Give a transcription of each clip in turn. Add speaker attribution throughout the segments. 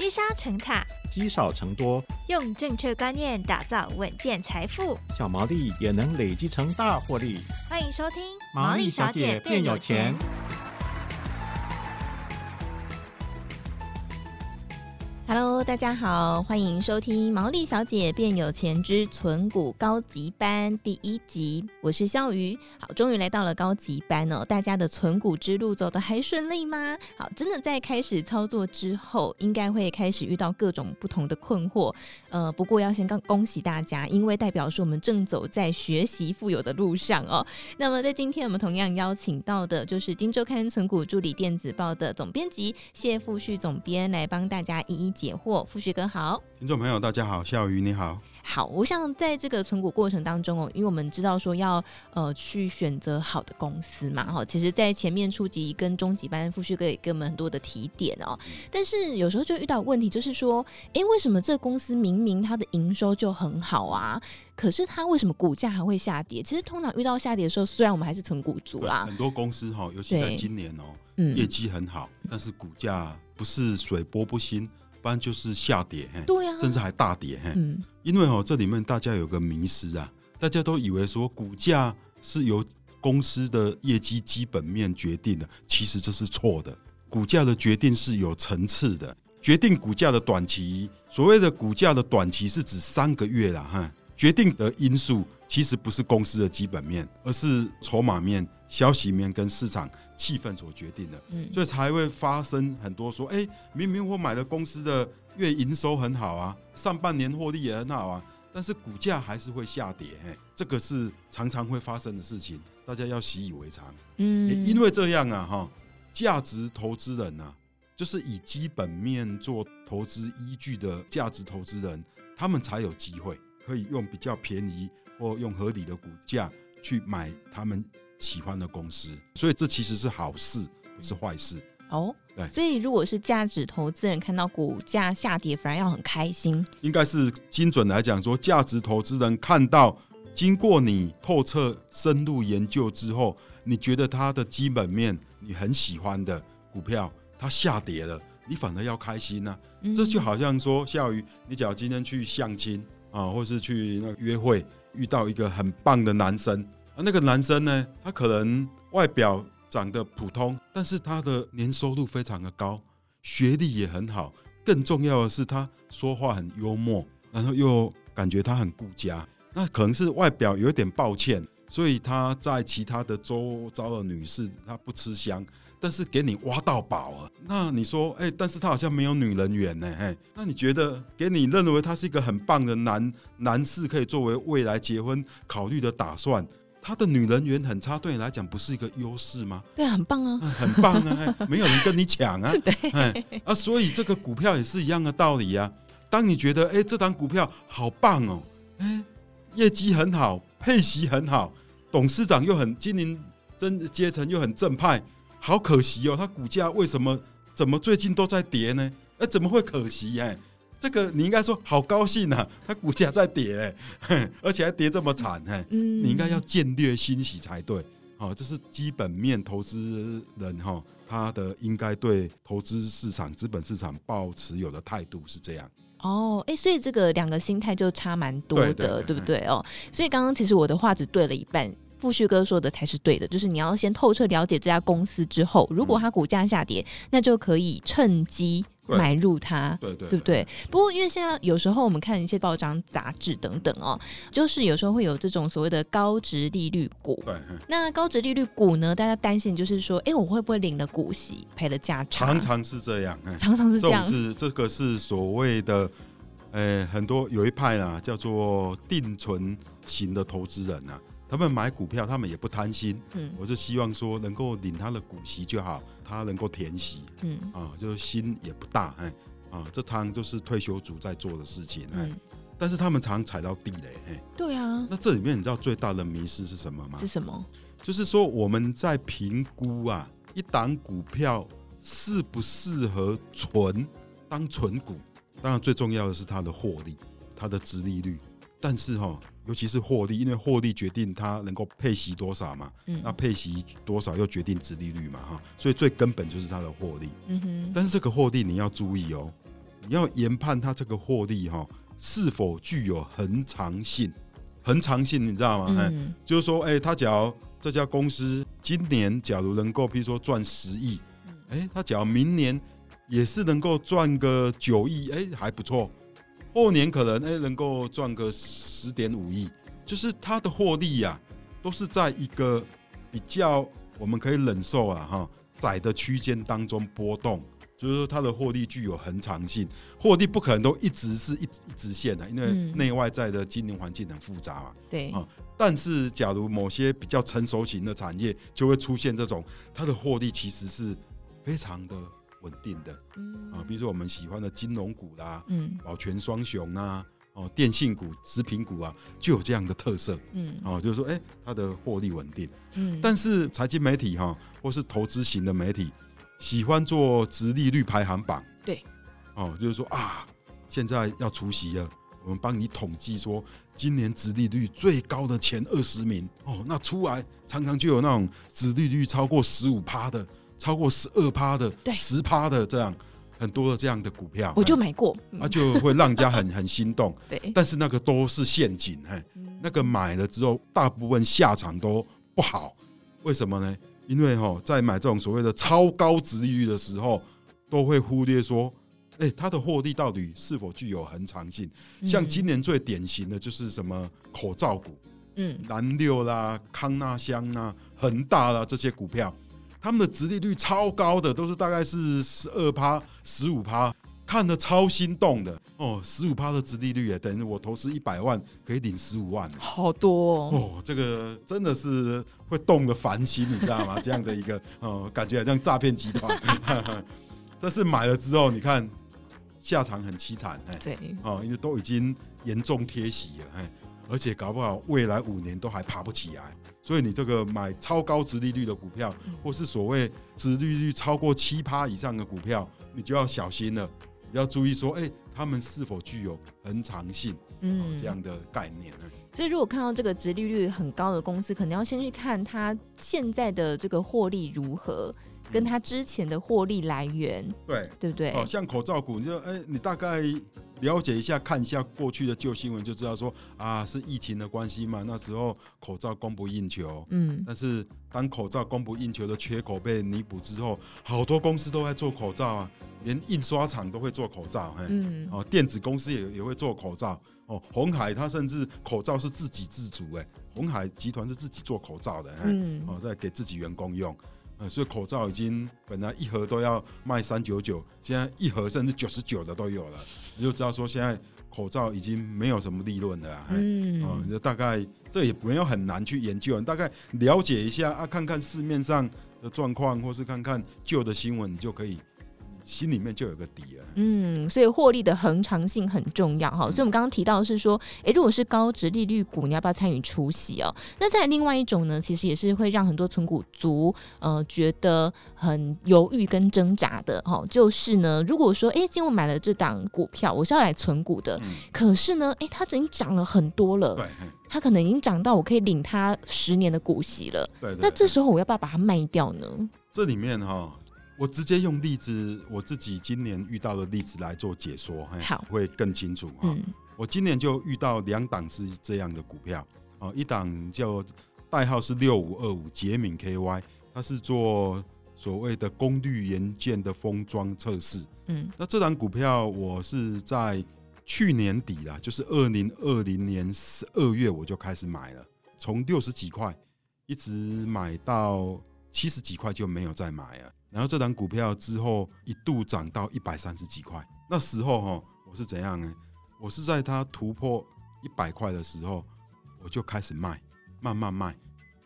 Speaker 1: 积沙成塔，
Speaker 2: 积少成多，
Speaker 1: 用正确观念打造稳健财富，
Speaker 2: 小毛利也能累积成大获利。
Speaker 1: 欢迎收听
Speaker 2: 毛利小姐变有钱。
Speaker 3: Hello， 大家好，欢迎收听《毛利小姐变有钱之存股高级班》第1集，我是笑瑜。好，终于来到了高级班哦，大家的存股之路走得还顺利吗？好，真的在开始操作之后，应该会开始遇到各种不同的困惑。不过要先恭喜大家，因为代表说我们正走在学习富有的路上哦。那么在今天我们同样邀请到的就是《今周刊存股助理电子报》的总编辑谢富旭总编来帮大家一一解惑。富旭哥好。
Speaker 4: 听众朋友大家好，笑瑜你好。
Speaker 3: 好，我想在这个存股过程当中哦，因为我们知道说要去选择好的公司嘛，其实在前面初级跟中级班，富旭哥也给我们很多的提点哦。但是有时候就遇到问题，就是说，为什么这公司明明它的营收就很好啊，可是它为什么股价还会下跌？其实通常遇到下跌的时候，虽然我们还是存股族啦，
Speaker 4: 很多公司尤其在今年业绩很好，但是股价不是水波不兴，不然就是下跌，
Speaker 3: 对啊，
Speaker 4: 甚至还大跌。因为这里面大家有个迷思啊，大家都以为说股价是由公司的业绩基本面决定的，其实这是错的。股价的决定是有层次的，决定股价的短期，所谓的股价的短期是指3个月啦，决定的因素其实不是公司的基本面，而是筹码面、消息面跟市场气氛所决定的，所以才会发生很多说，明明我买的公司的月营收很好啊，上半年获利也很好啊，但是股价还是会下跌，这个是常常会发生的事情，大家要习以为常。因为这样啊，价值投资人啊，就是以基本面做投资依据的价值投资人，他们才有机会可以用比较便宜或用合理的股价去买他们喜欢的公司，所以这其实是好事，不是坏事。对，
Speaker 3: 所以如果是价值投资人看到股价下跌，反而要很开心。
Speaker 4: 应该是精准来讲说，价值投资人看到经过你透彻深入研究之后，你觉得它的基本面你很喜欢的股票，它下跌了，你反而要开心啊。这就好像说，笑瑜，你假如今天去相亲或是去约会，遇到一个很棒的男生，那个男生呢，他可能外表长得普通，但是他的年收入非常的高，学历也很好，更重要的是他说话很幽默，然后又感觉他很顾家。那可能是外表有点抱歉，所以他在其他的周遭的女士他不吃香，但是给你挖到宝了。那你说但是他好像没有女人缘呢，那你觉得给你认为他是一个很棒的男士，可以作为未来结婚考虑的打算，他的女人缘很差，对你来讲不是一个优势吗？
Speaker 3: 对啊，很棒啊，
Speaker 4: 很棒啊，没有人跟你抢啊。对所以这个股票也是一样的道理啊。当你觉得这档股票好棒哦，业绩很好，配息很好，董事长又很经营阶层又很正派，好可惜哦，它股价怎么最近都在跌呢？怎么会可惜？这个你应该说好高兴啊，它股价在跌，而且还跌这么惨，你应该要见略欣喜才对。这是基本面投资人他的应该对投资市场、资本市场抱持有的态度是这样。
Speaker 3: 所以这个2个心态就差蛮多的，对不对所以刚刚其实我的话只对了一半，富旭哥说的才是对的，就是你要先透彻了解这家公司之后，如果它股价下跌，那就可以趁机买入它，对不对？不过因为现在有时候我们看一些报章杂志等等就是有时候会有这种所谓的高殖利率股。那高殖利率股呢，大家担心就是说我会不会领了股息赔了价差？
Speaker 4: 常常是这样，这个是所谓的很多有一派叫做定存型的投资人他们买股票他们也不贪心，我就希望说能够领他的股息就好，他能够填息，就是心也不大，这常就是退休族在做的事情，但是他们常踩到地雷。
Speaker 3: 对啊，
Speaker 4: 那这里面你知道最大的迷思是什么吗？
Speaker 3: 是什么？
Speaker 4: 就是说我们在评估一档股票适不适合当存股，当然最重要的是它的获利、它的殖利率，但是尤其是获利，因为获利决定它能够配息多少嘛，那配息多少又决定殖利率嘛，所以最根本就是它的获利。但是这个获利你要注意你要研判它这个获利是否具有恒长性。恒长性你知道吗？就是说，他假如这家公司今年假如能够，譬如说赚10亿，他假如明年也是能够赚个9亿，还不错。后年可能能够赚个10.5亿，就是它的获利啊，都是在一个比较我们可以忍受窄的区间当中波动。就是说它的获利具有恒长性，获利不可能都一直是一直线的，因为内外在的经营环境很复杂嘛。
Speaker 3: 对
Speaker 4: 但是假如某些比较成熟型的产业，就会出现这种它的获利其实是非常的稳定的。比如说我们喜欢的金融股啦，保全双雄啊，电信股、食品股啊，就有这样的特色。就是说，它的获利稳定。但是财经媒体或是投资型的媒体，喜欢做殖利率排行榜。
Speaker 3: 对，
Speaker 4: 就是说现在要除息了，我们帮你统计说今年殖利率最高的前20名。那出来常常就有那种殖利率超过15%的，超过12%的，10%的，这样很多的这样的股票，
Speaker 3: 我就买过，
Speaker 4: 就会让人家很心动。
Speaker 3: 对，
Speaker 4: 但是那个都是陷阱，那个买了之后，大部分下场都不好。为什么呢？因为在买这种所谓的超高殖利率的时候，都会忽略说，它的获利到底是否具有恒长性。像今年最典型的就是什么口罩股，蓝六啦、康那香啦、恒大啦这些股票，他们的殖利率超高的，都是大概是12%、15%，看得超心动的。15%的殖利率等于我投资100万可以领15万，
Speaker 3: 好多
Speaker 4: 这个真的是会动了凡心，你知道吗？这样的一个感觉好像诈骗集团。但是买了之后，你看下场很凄惨，
Speaker 3: 对，
Speaker 4: 因为都已经严重贴息了，而且搞不好未来5年都还爬不起来。所以你这个买超高殖利率的股票，或是所谓殖利率超过7%以上的股票，你就要小心了，你要注意说，他们是否具有恒长性，这样的概念。
Speaker 3: 所以如果看到这个殖利率很高的公司，可能要先去看它现在的这个获利如何，跟它之前的获利来源，对不对？
Speaker 4: 像口罩股，你大概了解一下，看一下过去的旧新闻，就知道说是疫情的关系嘛，那时候口罩供不应求。但是当口罩供不应求的缺口被弥补之后，好多公司都在做口罩啊，连印刷厂都会做口罩，电子公司也会做口罩。鸿海它甚至口罩是自给自足，鸿海集团是自己做口罩的，再给自己员工用。所以口罩已经本来1盒都要卖399，现在1盒甚至99的都有了，你就知道说现在口罩已经没有什么利润了。大概这也没有很难去研究，大概了解一下看看市面上的状况，或是看看旧的新闻，你就可以心里面就有个底了。
Speaker 3: 所以获利的恒长性很重要哈。所以我们刚刚提到的是说，如果是高殖利率股，你要不要参与除息哦？那再来另外一种呢，其实也是会让很多存股族觉得很犹豫跟挣扎的哈。就是呢，如果说今天我买了这档股票，我是要来存股的，可是呢，它已经涨了很多了，对，它可能已经涨到我可以领它10年的股息了。对，那这时候我要不要把它卖掉呢？
Speaker 4: 这里面我直接用例子，我自己今年遇到的例子来做解说，会更清楚。我今年就遇到2档是这样的股票，一档叫代号是6525捷敏 KY， 它是做所谓的功率元件的封装测试。那这档股票我是在去年底啦，就是2020年12月我就开始买了，从60几块一直买到70几块就没有再买了。然后这档股票之后一度涨到130几块，那时候我是怎样呢？我是在它突破100块的时候，我就开始卖，慢慢卖，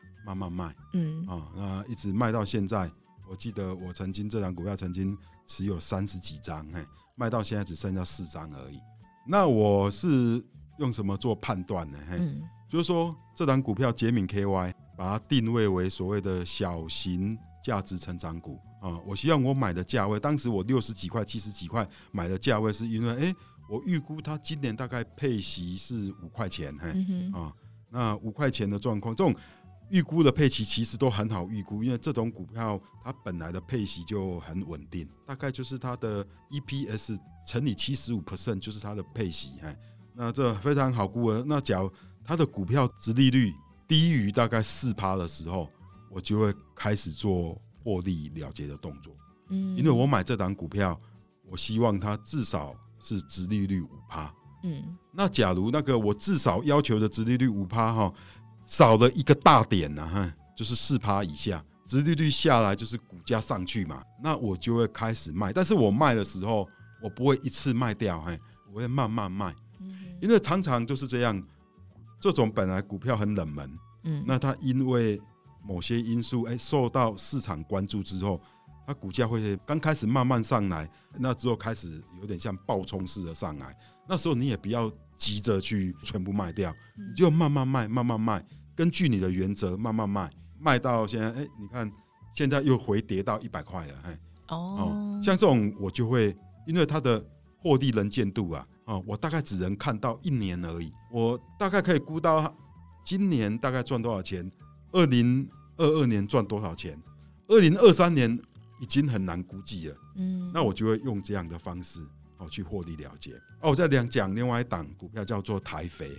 Speaker 4: 那一直卖到现在。我记得我曾经这档股票曾经持有30几张，卖到现在只剩下4张而已。那我是用什么做判断呢？就是说这档股票捷敏 KY 把它定位为所谓的小型价值成长股。我希望我买的价位，当时我60几块、70几块买的价位，是因为我预估它今年大概配息是5块钱，那5块钱的状况，这种预估的配息其实都很好预估，因为这种股票它本来的配息就很稳定，大概就是它的 EPS 乘以 75% 就是它的配息，那这非常好估了。那假如它的股票殖利率低于大概 4% 的时候，我就会开始做获利了结的动作。因为我买这档股票，我希望它至少是殖利率 5%。那假如那个我至少要求的殖利率 5%，少了一个大点就是 4% 以下，殖利率下来就是股价上去嘛，那我就会开始卖。但是我卖的时候，我不会一次卖掉，我会慢慢卖。因为常常就是这样，这种本来股票很冷门，那它因为某些因素受到市场关注之后，它股价会刚开始慢慢上来，那之后开始有点像暴冲式的上来，那时候你也不要急着去全部卖掉，你就慢慢卖，慢慢卖，根据你的原则慢慢卖，卖到现在，你看现在又回跌到100块了，像这种我就会，因为它的获利能见度我大概只能看到1年而已，我大概可以估到今年大概赚多少钱，2022年赚多少钱，2023年已经很难估计了，那我就会用这样的方式去获利了结。我再讲另外一档股票叫做台肥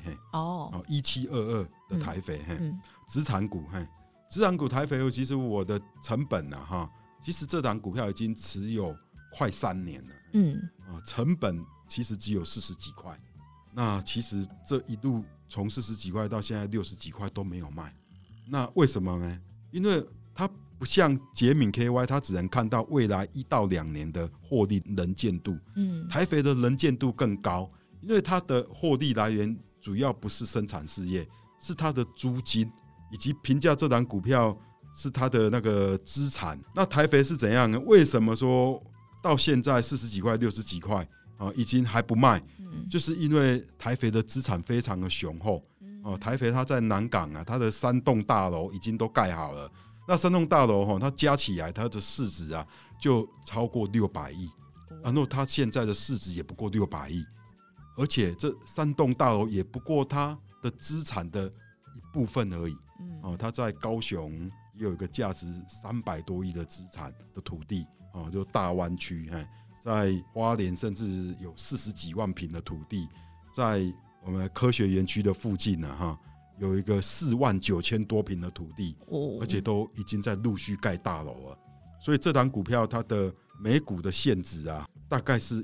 Speaker 4: ，1722的台肥，资产股，台肥，其实我的成本其实这档股票已经持有快3年了，成本其实只有40几块，那其实这一路从40几块到现在60几块都没有卖，那为什么呢？因为它不像捷敏 KY， 它只能看到未来1到2年的获利能见度，台肥的能见度更高，因为它的获利来源主要不是生产事业，是它的租金，以及评价这档股票是它的那个资产。那台肥是怎样呢？为什么说到现在40几块、60几块已经还不卖？就是因为台肥的资产非常的雄厚，台肥它在南港它的3栋大楼已经都盖好了。那3栋大楼它加起来它的市值就超过600亿，然后它现在的市值也不过600亿，而且这3栋大楼也不过它的资产的一部分而已。它在高雄也有一个价值300多亿的资产的土地，就大湾区，在花莲甚至有40几万坪的土地，在我们科学园区的附近有一个49000多坪的土地，而且都已经在陆续盖大楼了。所以这档股票它的每股的现值大概是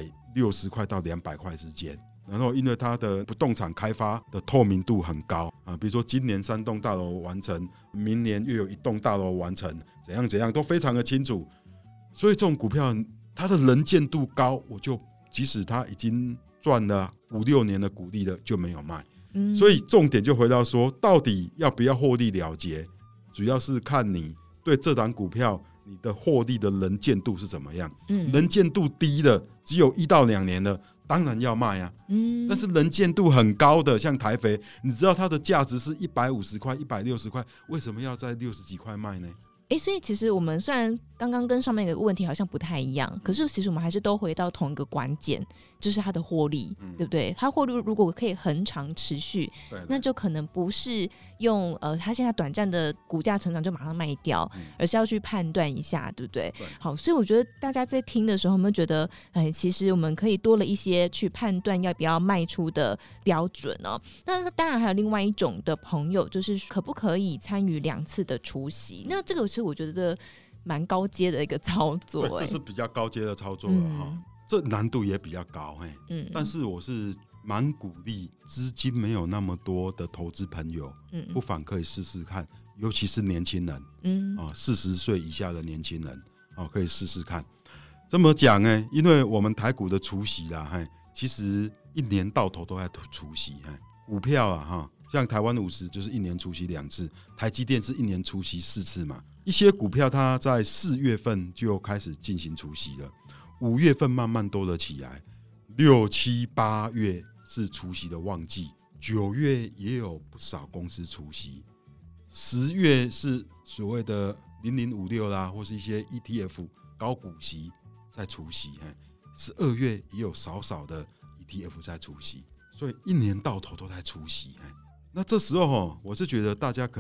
Speaker 4: 160块到200块之间。然后因为它的不动产开发的透明度很高比如说今年3栋大楼完成，明年又有1栋大楼完成，怎样都非常的清楚。所以这种股票它的能见度高，我就即使它已经赚了5-6年的股利了，就没有卖。所以重点就回到说，到底要不要获利了结，主要是看你对这档股票你的获利的能见度是怎么样。能见度低的，只有1到2年的，当然要卖但是能见度很高的，像台肥，你知道它的价值是150块、160块，为什么要在60几块卖呢？
Speaker 3: 所以其实我们虽然刚刚跟上面一个问题好像不太一样，可是其实我们还是都回到同一个关键，就是它的获利，对不对？它获利如果可以恒长持续，那就可能不是用它现在短暂的股价成长就马上卖掉，而是要去判断一下，对不对？好，所以我觉得大家在听的时候，有没有觉得其实我们可以多了一些去判断要不要卖出的标准那当然还有另外一种的朋友，就是可不可以参与2次的除息？那这个是我觉得蛮高阶的一个操作，
Speaker 4: 这是比较高阶的操作了这难度也比较高但是我是蛮鼓励资金没有那么多的投资朋友，不妨可以试试看，尤其是年轻人，40岁以下的年轻人可以试试看。这么讲呢，因为我们台股的除息其实1年到头都在除息，股票像台湾50就是1年除息2次，台积电是1年除息4次嘛。一些股票它在4月份就开始进行除息了，5月份慢慢多了起来，6、7、8月是除息的旺季，9月也有不少公司除息，10月是所谓的0056啦，或是一些 ETF 高股息在除息，12月也有少少的 ETF 在除息，所以1年到头都在除息。那这时候我是觉得大家可以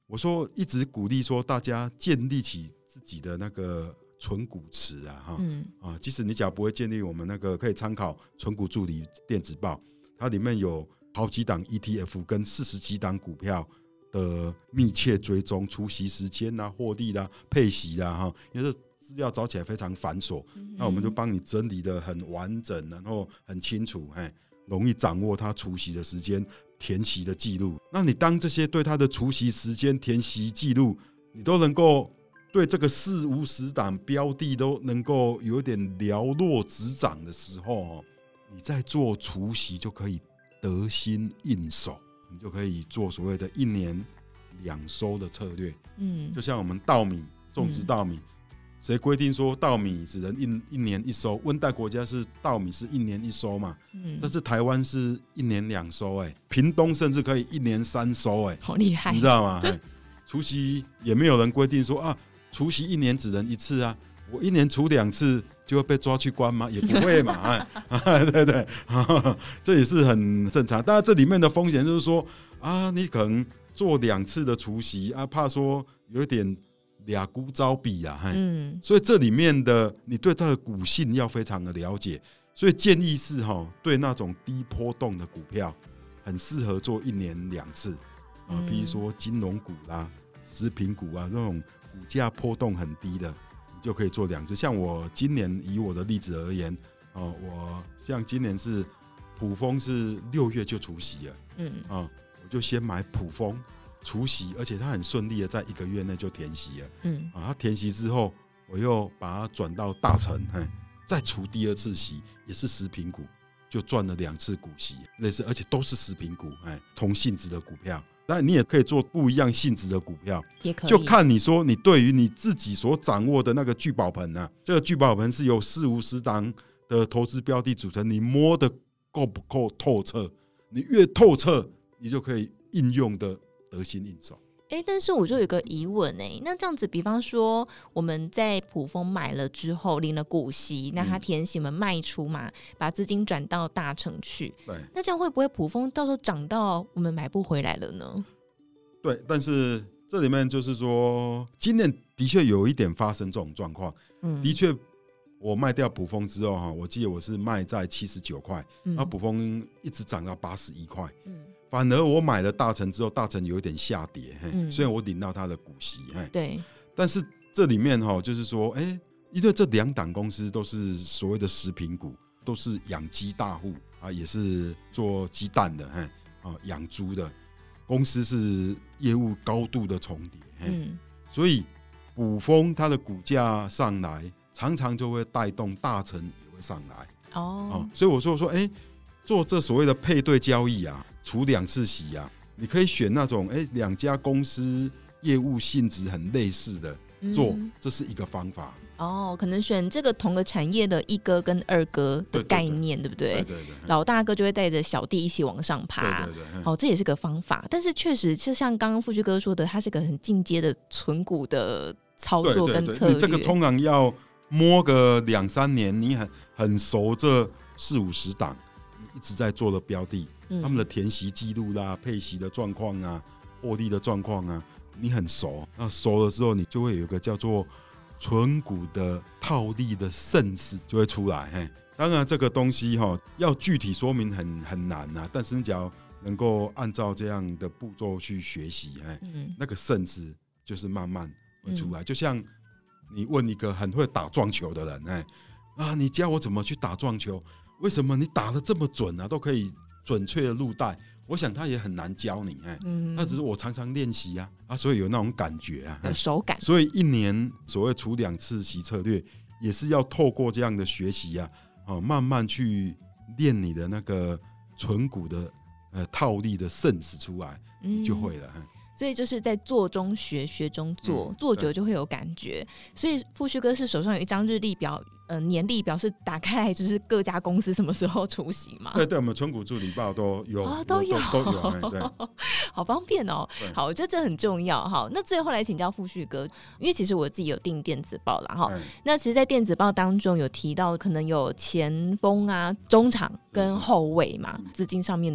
Speaker 4: 我说一直鼓励说大家建立起自己的那个存股池啊，即使你假如不会建立，我们那个可以参考存股助理电子报，它里面有好几档 ETF 跟40几档股票的密切追踪，除息时间啊、获利啦、配息啦，因为这资料找起来非常繁琐，那我们就帮你整理的很完整，然后很清楚，容易掌握它除息的时间、填息的记录。那你当这些对它的除息时间、填息记录，你都能够对这个40-50档标的都能够有点了若指掌的时候，你在做除息就可以得心应手，你就可以做所谓的1年2收的策略。就像我们稻米种植稻米，谁规定说稻米只能一年1收？温带国家是稻米是1年1收嘛，但是台湾是1年2收，屏东甚至可以1年3收，
Speaker 3: 好厉害，
Speaker 4: 你知道吗？除息也没有人规定说啊，除息1年只能1次啊，我1年除2次就会被抓去关吗？也不会嘛，对对，这也是很正常。当然这里面的风险就是说啊，你可能做2次的除息啊，怕说有点俩股招比啊，所以这里面的你对它的股性要非常的了解，所以建议是对那种低波动的股票很适合做1年2次比如说金融股啦、食品股啊，那种股价波动很低的，你就可以做2次。像我今年以我的例子而言，我像今年是普丰是6月就除息了，我就先买普丰除息，而且它很顺利的在1个月内就填息了，它填息之后，我又把它转到大成，再除第2次息，也是食品股，就赚了2次股息，类似，而且都是食品股，同性质的股票。当然你也可以做不一样性质的股票，
Speaker 3: 也可以，
Speaker 4: 就看你说你对于你自己所掌握的那个聚宝盆啊，这个聚宝盆是由40-50档的投资标的组成，你摸的够不够透彻？你越透彻，你就可以应用的得心应手。
Speaker 3: 但是我就有一个疑问，那这样子，比方说我们在普丰买了之后领了股息，那它填息我们卖出嘛，把资金转到大成去，对，那这样会不会普丰到时候涨到我们买不回来了呢？
Speaker 4: 对，但是这里面就是说今年的确有一点发生这种状况，的确我卖掉普丰之后，我记得我是卖在79块，然后普丰一直涨到81块，反而我买了大成之后，大成有一点下跌，虽然我领到它的股息，
Speaker 3: 对，
Speaker 4: 但是这里面就是说，因为这2档公司都是所谓的食品股，都是养鸡大户啊，也是做鸡蛋的，养猪的公司，是业务高度的重叠，所以普丰它的股价上来，常常就会带动大成也会上来，所以我说，做这所谓的配对交易啊，除2次息啊，你可以选那种2家公司业务性质很类似的做，这是一个方法。
Speaker 3: 可能选这个同个产业的1哥跟2哥的概念， 对不对？对，老大哥就会带着小弟一起往上爬，这也是个方法。但是确实就像刚刚富旭哥说的，它是个很进阶的存股的操作跟策略，
Speaker 4: 你这个通常要摸个2-3年，你很熟这40-50档一直在做的标的，他们的填息记录啦、配息的状况啊、获利的状况啊，你很熟。那熟了之后，你就会有一个叫做存股的套利的胜势就会出来。当然这个东西要具体说明很难啊，但是你只要能够按照这样的步骤去学习，那个胜势就是慢慢会出来。就像你问一个很会打撞球的人，你教我怎么去打撞球？为什么你打得这么准啊？都可以准确的入袋，我想他也很难教你，那只是我常常练习啊，所以有那种感觉啊，
Speaker 3: 有手感。
Speaker 4: 所以1年所谓除2次息策略，也是要透过这样的学习啊，慢慢去练你的那个存股的套利的胜势出来，你就会了。
Speaker 3: 所以就是在做中学，学中做，做久就会有感觉。所以富旭哥是手上有一张日历表，年历表，是打开来就是各家公司什么时候除息嘛？
Speaker 4: 对，我们存股助理报都有，
Speaker 3: 都有，
Speaker 4: 对，
Speaker 3: 好方便哦。好，我觉得这很重要。好，那最后来请教富旭哥，因为其实我自己有订电子报啦，哈。那其实，在电子报当中有提到，可能有前锋啊、中场跟后卫嘛，资金上面的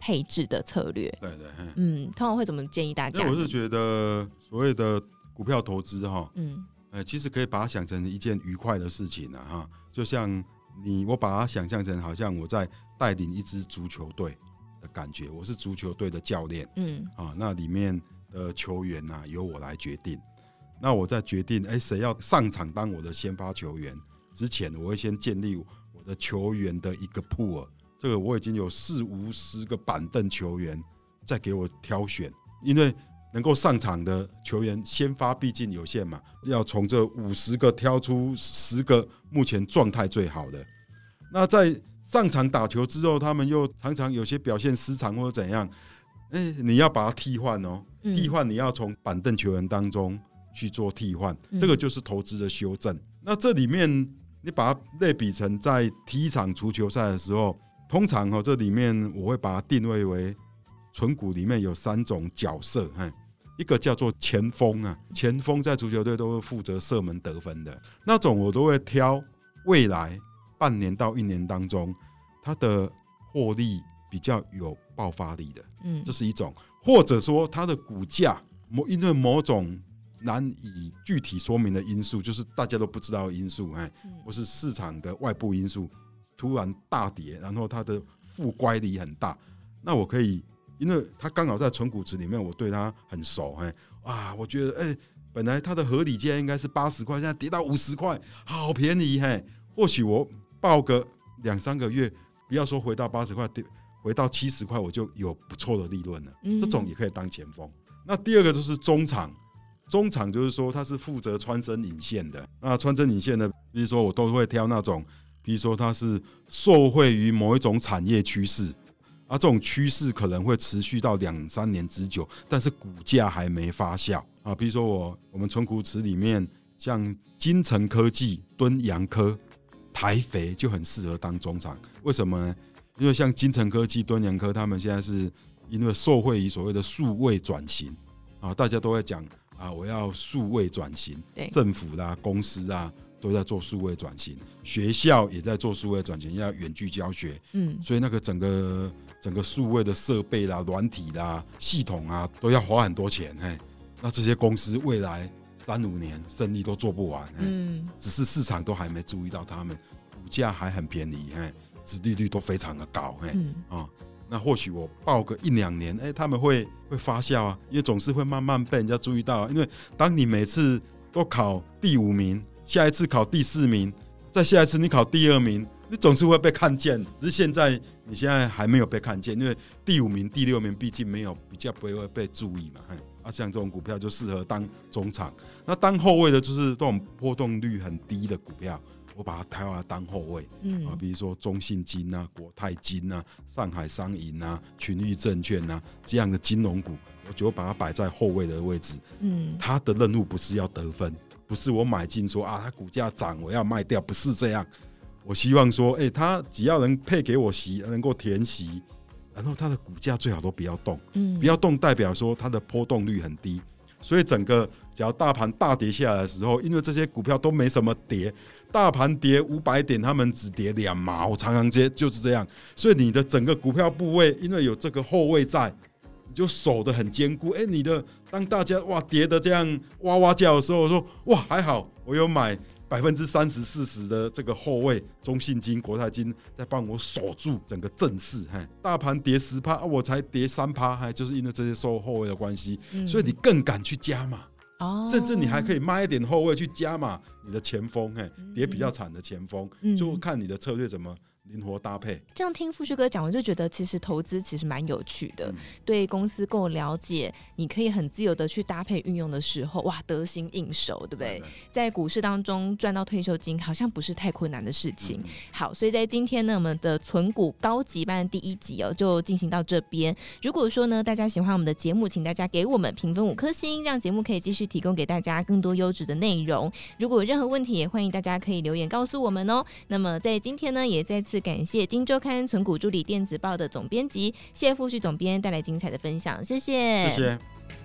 Speaker 3: 配置的策略。
Speaker 4: 对对，
Speaker 3: 通常会怎么建议大家？
Speaker 4: 我是觉得所谓的股票投资其实可以把它想成一件愉快的事情啊，就像我把它想象成好像我在带领一支足球队的感觉，我是足球队的教练，那里面的球员由我来决定。那我在决定谁要上场当我的先发球员之前，我会先建立我的球员的一个 pool， 这个我已经有40-50个板凳球员再给我挑选，因为能够上场的球员先发毕竟有限嘛，要从这50个挑出10个目前状态最好的。那在上场打球之后，他们又常常有些表现失常或者怎样，你要把它替换替换你要从板凳球员当中去做替换，这个就是投资的修正。那这里面你把它类比成在踢一场足球赛的时候，通常这里面我会把它定位为存股里面有3种角色，一个叫做前锋前锋在足球队都会负责射门得分的那种，我都会挑未来半年到1年当中它的获利比较有爆发力的，这是一种，或者说它的股价因为某种难以具体说明的因素，就是大家都不知道的因素，或是市场的外部因素突然大跌，然后它的负乖离很大，那我可以因为它刚好在存股池里面，我对它很熟，我觉得本来它的合理价应该是80块，现在跌到50块，好便宜，或许我抱个2-3个月，不要说回到80块，回到70块，我就有不错的利润了，这种也可以当前锋。那第二个就是中场，中场就是说它是负责穿针引线的，那穿针引线的，比如说我都会挑那种，比如说它是受惠于某一种产业趋势。这种趋势可能会持续到2-3年之久，但是股价还没发酵比如说我们存股池里面，像精诚科技、敦洋科、台肥就很适合当中场。为什么呢？因为像精诚科技、敦洋科，他们现在是因为受惠于所谓的数位转型大家都在讲我要数位转型，政府啦、公司啊都在做数位转型，学校也在做数位转型，要远距教学，所以那个整个数位的设备啦、软体啦、系统都要花很多钱，那这些公司未来3-5年生意都做不完，只是市场都还没注意到他们，股价还很便宜，殖利率都非常的高，那或许我报个1-2年，他们会发酵因为总是会慢慢被人家注意到，因为当你每次都考第5名，下一次考第4名，再下一次你考第2名，你总是会被看见，只是你现在还没有被看见，因为第5名、第6名毕竟比较不会被注意嘛。像这种股票就适合当中场。那当后卫的就是这种波动率很低的股票，我把它挑来当后卫，比如说中信金国泰金上海商银群益证券这样的金融股，我就把它摆在后卫的位置。它的任务不是要得分，不是我买进说它股价涨我要卖掉，不是这样。我希望说它只要能配给我息，能够填息，然后它的股价最好都不要动，不要动代表说它的波动率很低，所以整个只要大盘大跌下来的时候，因为这些股票都没什么跌，大盘跌500点他们只跌2毛，常常就是这样，所以你的整个股票部位因为有这个后卫在，你就守得很坚固。你的当大家跌的这样哇哇叫的时候，我说还好我有买30-40%的这个后卫中信金、国泰金在帮我守住整个阵势。大盘跌10%，我才跌3%，就是因为这些收后卫的关系，所以你更敢去加码，甚至你还可以卖一点后卫去加码你的前锋，跌比较惨的前锋，就看你的策略怎么灵活搭配。
Speaker 3: 这样听富旭哥讲，我就觉得其实投资其实蛮有趣的，对公司够了解，你可以很自由的去搭配运用的时候，得心应手，对不对？在股市当中赚到退休金好像不是太困难的事情。好，所以在今天呢，我们的存股高级班的第1集就进行到这边。如果说呢大家喜欢我们的节目，请大家给我们评分5颗星，让节目可以继续提供给大家更多优质的内容。如果有任何问题，也欢迎大家可以留言告诉我们哦。那么在今天呢，也再次感谢今周刊存股助理电子报的总编辑谢富旭总编带来精彩的分享，谢谢。
Speaker 4: 谢谢。